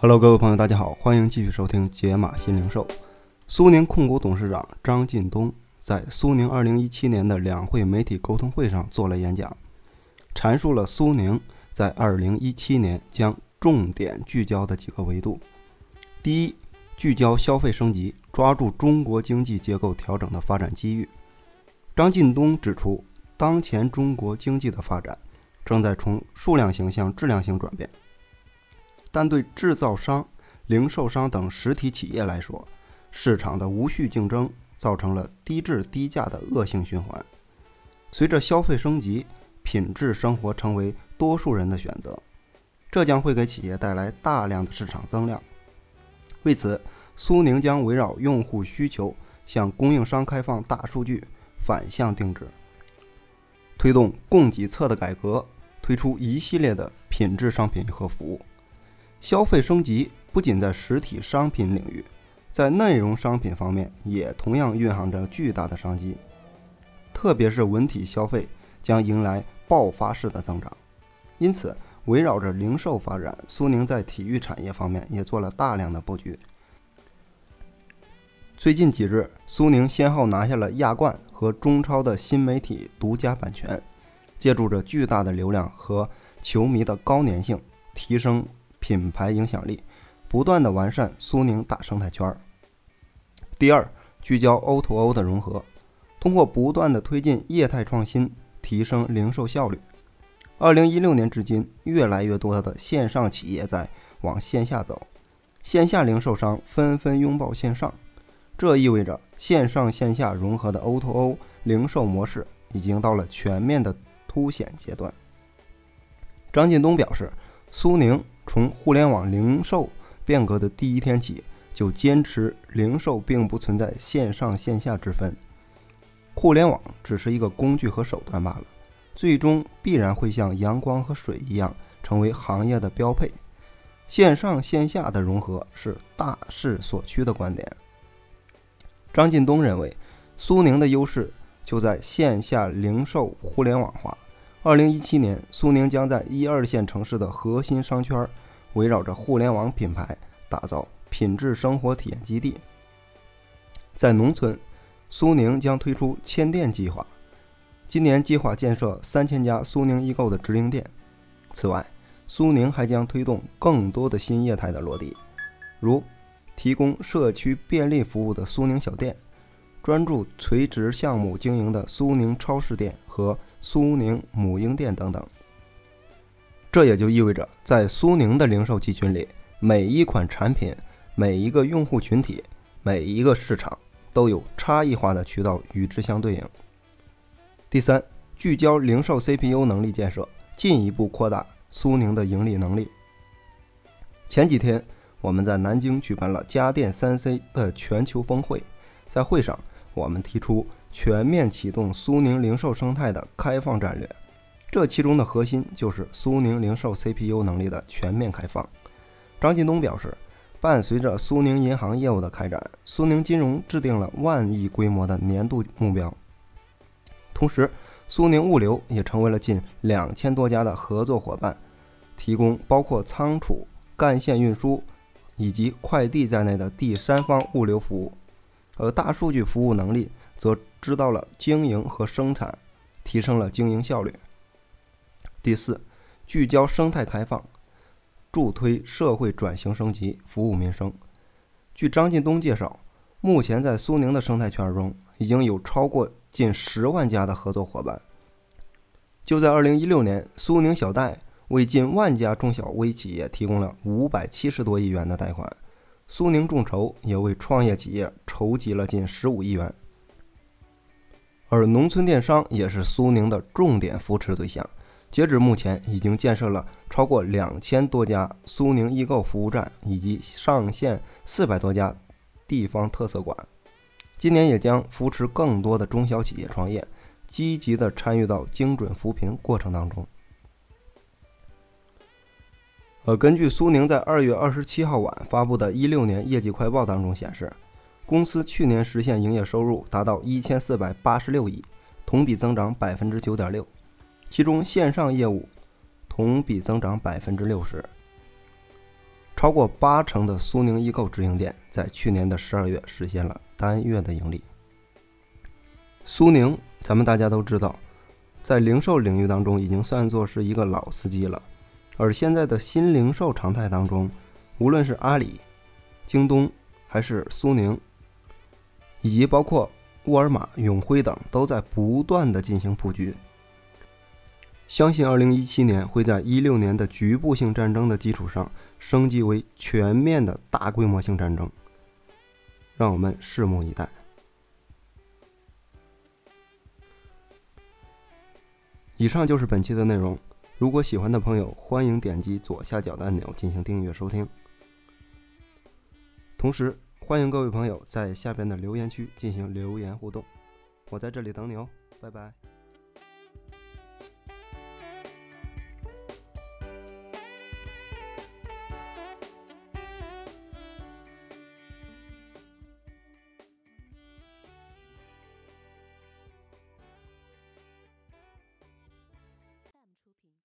Hello， 各位朋友，大家好，欢迎继续收听解码新零售。苏宁控股董事长张近东在苏宁2017年的两会媒体沟通会上做了演讲，阐述了苏宁在2017年将重点聚焦的几个维度。第一，聚焦消费升级，抓住中国经济结构调整的发展机遇。张近东指出，当前中国经济的发展正在从数量型向质量型转变，但对制造商、零售商等实体企业来说，市场的无序竞争造成了低质低价的恶性循环。随着消费升级，品质生活成为多数人的选择，这将会给企业带来大量的市场增量。为此，苏宁将围绕用户需求向供应商开放大数据，反向定制，推动供给侧的改革，推出一系列的品质商品和服务。消费升级不仅在实体商品领域，在内容商品方面也同样蕴含着巨大的商机，特别是文体消费将迎来爆发式的增长。因此，围绕着零售发展，苏宁在体育产业方面也做了大量的布局。最近几日，苏宁先后拿下了亚冠和中超的新媒体独家版权，借助着巨大的流量和球迷的高粘性，提升品牌影响力，不断的完善苏宁大生态圈。第二，聚焦 O2O 的融合，通过不断的推进业态创新，提升零售效率。2016年至今，越来越多的线上企业在往线下走，线下零售商纷纷拥抱线上，这意味着线上线下融合的 O2O 零售模式已经到了全面的凸显阶段。张近东表示，苏宁从互联网零售变革的第一天起，就坚持零售并不存在线上线下之分，互联网只是一个工具和手段罢了，最终必然会像阳光和水一样成为行业的标配。线上线下的融合是大势所趋的观点。张近东认为，苏宁的优势就在线下零售互联网化。2017年，苏宁将在1、2线城市的核心商圈，围绕着互联网品牌打造品质生活体验基地。在农村，苏宁将推出千店计划，今年计划建设3000家苏宁易购的直营店。此外，苏宁还将推动更多的新业态的落地，如提供社区便利服务的苏宁小店，专注垂直项目经营的苏宁超市店和苏宁母婴店等等。这也就意味着，在苏宁的零售集群里，每一款产品、每一个用户群体、每一个市场都有差异化的渠道与之相对应。第三，聚焦零售 CPU 能力建设，进一步扩大苏宁的盈利能力。前几天，我们在南京举办了家电 3C 的全球峰会，在会上，我们提出全面启动苏宁零售生态的开放战略，这其中的核心就是苏宁零售 CPU 能力的全面开放。张近东表示，伴随着苏宁银行业务的开展，苏宁金融制定了10000亿规模的年度目标，同时苏宁物流也成为了近2000多家的合作伙伴，提供包括仓储、干线运输以及快递在内的第三方物流服务。而大数据服务能力则知道了经营和生产，提升了经营效率。第四，聚焦生态开放，助推社会转型升级，服务民生。据张近东介绍，目前在苏宁的生态圈中，已经有超过近10万家的合作伙伴。就在2016年，苏宁小贷为近10000家中小微企业提供了570多亿元的贷款，苏宁众筹也为创业企业筹集了近15亿元。而农村电商也是苏宁的重点扶持对象，截止目前已经建设了超过2000多家苏宁易购服务站，以及上线400多家地方特色馆。今年也将扶持更多的中小企业创业，积极地参与到精准扶贫过程当中。根据苏宁在2月27号晚发布的16年业绩快报当中显示，公司去年实现营业收入达到1486亿，同比增长 9.6%， 其中线上业务同比增长 60%。 超过80%的苏宁易购直营店在去年的12月实现了单月的盈利。苏宁咱们大家都知道，在零售领域当中已经算作是一个老司机了，而现在的新零售常态当中，无论是阿里、京东还是苏宁，以及包括沃尔玛、永辉等，都在不断的进行布局。相信2017年会在16年的局部性战争的基础上升级为全面的大规模性战争，让我们拭目以待。以上就是本期的内容，如果喜欢的朋友欢迎点击左下角的按钮进行订阅收听，同时欢迎各位朋友在下边的留言区进行留言互动，我在这里等你哦，拜拜。